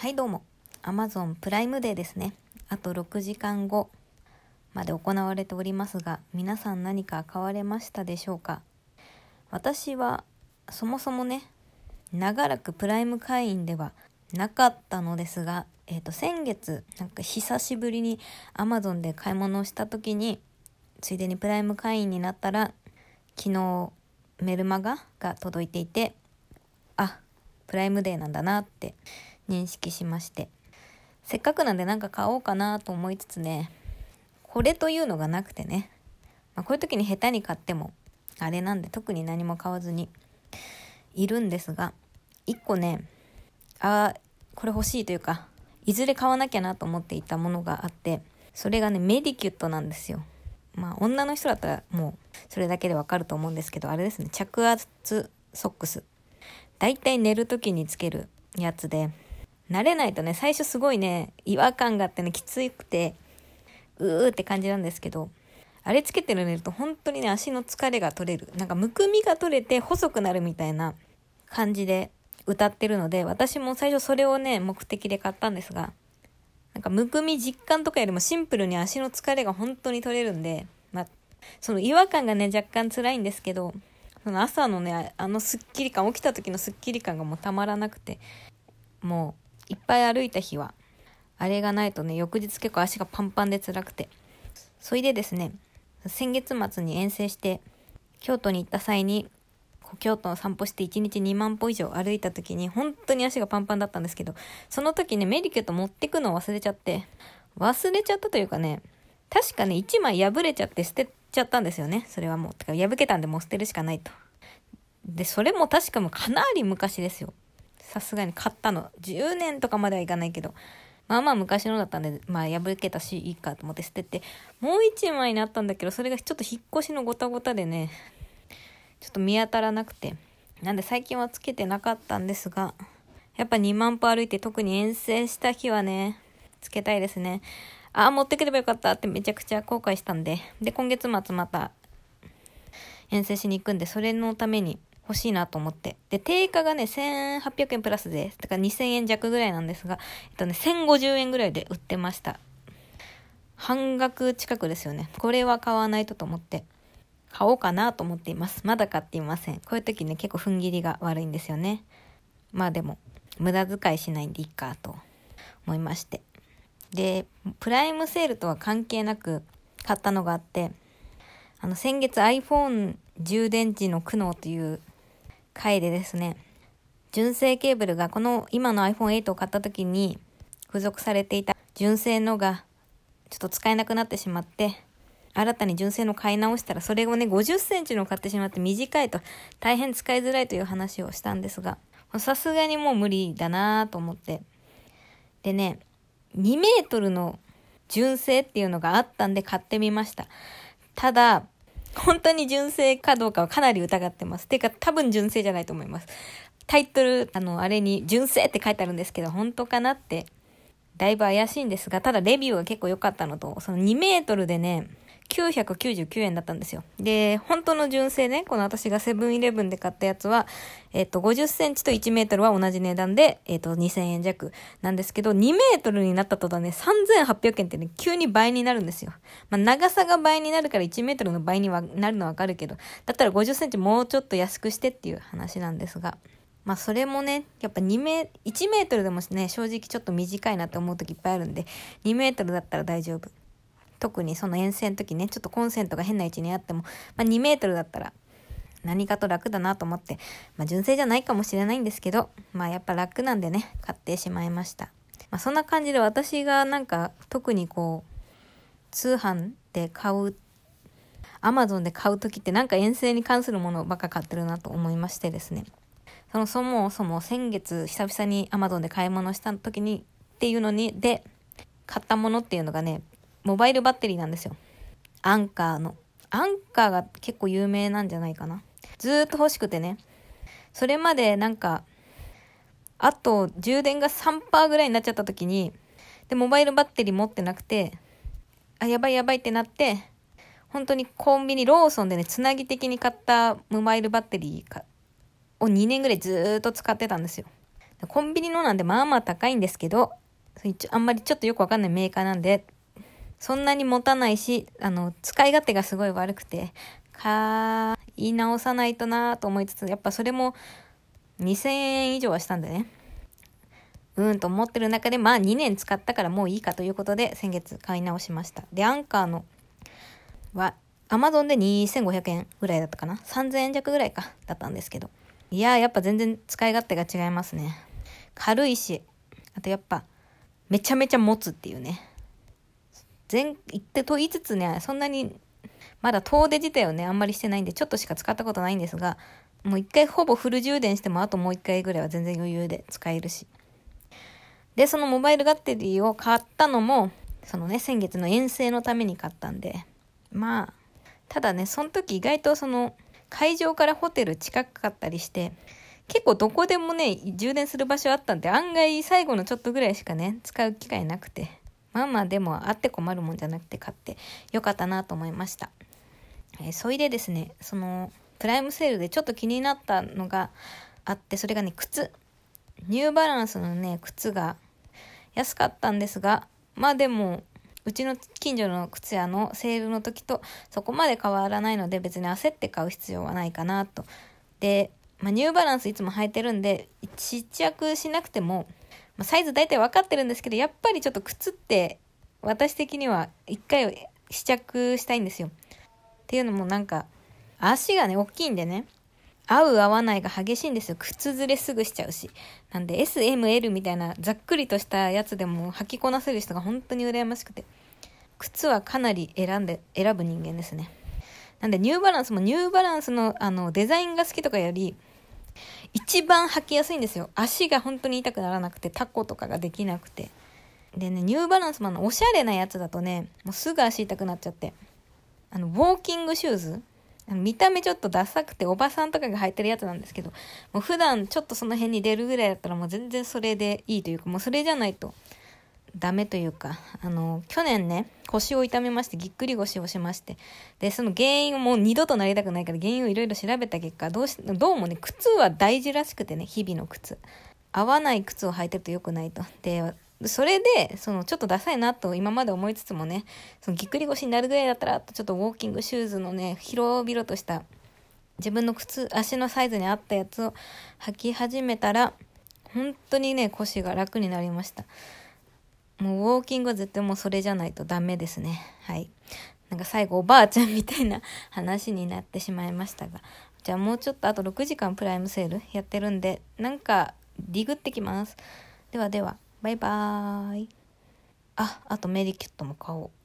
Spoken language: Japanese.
はいどうも、Amazon プライムデーですね。あと6時間後まで行われておりますが、皆さん何か買われましたでしょうか。私はそもそもね、長らくプライム会員ではなかったのですが、先月なんか久しぶりに Amazon で買い物をした時に、ついでにプライム会員になったら、昨日メルマガが届いていて、プライムデーなんだなって認識しまして、せっかくなんでなんか買おうかなと思いつつね、これというのがなくてね、こういう時に下手に買ってもあれなんで特に何も買わずにいるんですが、一個ね、これ欲しいというか、いずれ買わなきゃなと思っていたものがあって、それがね、メディキュットなんですよ。女の人だったらもうそれだけでわかると思うんですけど、あれですね、着圧ソックス。だいたい寝る時につけるやつで、慣れないとね、最初すごいね、違和感があってね、きつくて、って感じなんですけど、あれつけて寝ると本当にね、足の疲れが取れる。なんかむくみが取れて細くなるみたいな感じで歌ってるので、私も最初それをね、目的で買ったんですが、なんかむくみ実感とかよりもシンプルに足の疲れが本当に取れるんで、その違和感がね、若干辛いんですけど、その朝のね、スッキリ感、起きた時のスッキリ感がもうたまらなくて、もういっぱい歩いた日はあれがないとね、翌日結構足がパンパンで辛くて、それでですね、先月末に遠征して京都に行った際に、京都を散歩して1日2万歩以上歩いた時に本当に足がパンパンだったんですけど、その時ね、メディキュット持ってくのを忘れちゃったというかね、確かね、1枚破れちゃって捨てちゃったんですよね。それはもう破けたんでもう捨てるしかないと。で、それも確かもうかなり昔ですよ。さすがに買ったの10年とかまではいかないけど、昔のだったんで、破けたしいいかと思って捨てて、もう1枚になったんだけど、それがちょっと引っ越しのごたごたでね、ちょっと見当たらなくて、なんで最近はつけてなかったんですが、やっぱ2万歩歩いて特に遠征した日はね、つけたいですね。持ってくればよかったってめちゃくちゃ後悔したんで、今月末また遠征しに行くんで、それのために欲しいなと思って。で、定価がね、1800円プラスで、だから2000円弱ぐらいなんですが、1050円ぐらいで売ってました。半額近くですよね。これは買わないと思って、買おうかなと思っています。まだ買っていません。こういう時ね、結構踏ん切りが悪いんですよね。でも、無駄遣いしないんでいいかと思いまして。で、プライムセールとは関係なく買ったのがあって、先月 iPhone 充電池の苦悩という回でですね、純正ケーブルがこの今の iPhone8 を買った時に付属されていた純正のがちょっと使えなくなってしまって、新たに純正の買い直したら、それをね50センチの買ってしまって短いと大変使いづらいという話をしたんですが、さすがにもう無理だなと思って、でね、2メートルの純正っていうのがあったんで買ってみました。ただ本当に純正かどうかはかなり疑ってます。てか多分純正じゃないと思います。タイトルあれに純正って書いてあるんですけど、本当かなってだいぶ怪しいんですが、ただレビューが結構良かったのと、その2メートルでね999円だったんですよ。で、本当の純正ね、この私がセブンイレブンで買ったやつは、50センチと1メートルは同じ値段で、2000円弱なんですけど、2メートルになった途端ね、3800円ってね、急に倍になるんですよ。長さが倍になるから1メートルの倍にはなるのはわかるけど、だったら50センチもうちょっと安くしてっていう話なんですが、それもね、やっぱ1メートルでもね、正直ちょっと短いなって思う時いっぱいあるんで、2メートルだったら大丈夫。特にその遠征の時ね、ちょっとコンセントが変な位置にあっても、2メートルだったら何かと楽だなと思って、純正じゃないかもしれないんですけど、やっぱ楽なんでね、買ってしまいました。そんな感じで、私がなんか特に通販で買う、Amazon で買う時ってなんか遠征に関するものばっか買ってるなと思いましてですね。そもそも先月久々に Amazon で買い物した時にっていうのに、で、買ったものっていうのがね、モバイルバッテリーなんですよ。アンカーが結構有名なんじゃないかな。ずーっと欲しくてね。それまでなんか、あと充電が 3% ぐらいになっちゃった時に、で、モバイルバッテリー持ってなくて、やばいってなって、本当にコンビニ、ローソンでね、つなぎ的に買ったモバイルバッテリーを2年ぐらいずーっと使ってたんですよ。 コンビニのなんでまあまあ高いんですけど、あんまりちょっとよくわかんないメーカーなんで、そんなに持たないし、使い勝手がすごい悪くて、言い直さないとなと思いつつ、やっぱそれも2000円以上はしたんでね。と思ってる中で、まあ2年使ったからもういいかということで、先月買い直しました。で、アンカーのは、Amazon で2500円ぐらいだったかな。3000円弱ぐらいか、だったんですけど。いやー、やっぱ全然使い勝手が違いますね。軽いし、あとやっぱ、めちゃめちゃ持つっていうね。言ってと言いつつね、そんなに、まだ遠出自体をね、あんまりしてないんで、ちょっとしか使ったことないんですが、もう一回ほぼフル充電しても、あともう一回ぐらいは全然余裕で使えるし。で、そのモバイルバッテリーを買ったのも、そのね、先月の遠征のために買ったんで、まあ、ただね、その時意外と会場からホテル近かったりして、結構どこでもね、充電する場所あったんで、案外最後のちょっとぐらいしかね、使う機会なくて、まあまあでもあって困るもんじゃなくて買ってよかったなと思いました。それでですね、プライムセールでちょっと気になったのがあって、それがね、靴。ニューバランスのね、靴が安かったんですが、まあでも、うちの近所の靴屋のセールの時とそこまで変わらないので、別に焦って買う必要はないかなと。で、ニューバランスいつも履いてるんで、試着しなくても、サイズ大体分かってるんですけど、やっぱりちょっと靴って私的には一回試着したいんですよ。っていうのも足がね、大きいんでね、合う合わないが激しいんですよ。靴ずれすぐしちゃうし。なんで S、M、L みたいなざっくりとしたやつでも履きこなせる人が本当に羨ましくて。靴はかなり選ぶ人間ですね。なんでニューバランスもニューバランスのデザインが好きとかより、一番履きやすいんですよ。足が本当に痛くならなくて、タコとかができなくて。でね、ニューバランスもおしゃれなやつだとね、もうすぐ足痛くなっちゃって。ウォーキングシューズ見た目ちょっとダサくておばさんとかが履いてるやつなんですけど、もう普段ちょっとその辺に出るぐらいだったらもう全然それでいいというか、もうそれじゃないとダメというか、去年ね、腰を痛めまして、ぎっくり腰をしまして、で、その原因をもう二度となりたくないから原因をいろいろ調べた結果、どうもね、靴は大事らしくてね、日々の靴。合わない靴を履いてると良くないと。で、それで、ちょっとダサいなと今まで思いつつもね、ぎっくり腰になるぐらいだったら、ちょっとウォーキングシューズのね、広々とした自分の足のサイズに合ったやつを履き始めたら、本当にね、腰が楽になりました。もうウォーキングは絶対もうそれじゃないとダメですね。はい。最後おばあちゃんみたいな話になってしまいましたが。じゃあもうちょっとあと6時間プライムセールやってるんで、ディグってきます。ではでは、バイバーイ。あとメディキュットも買おう。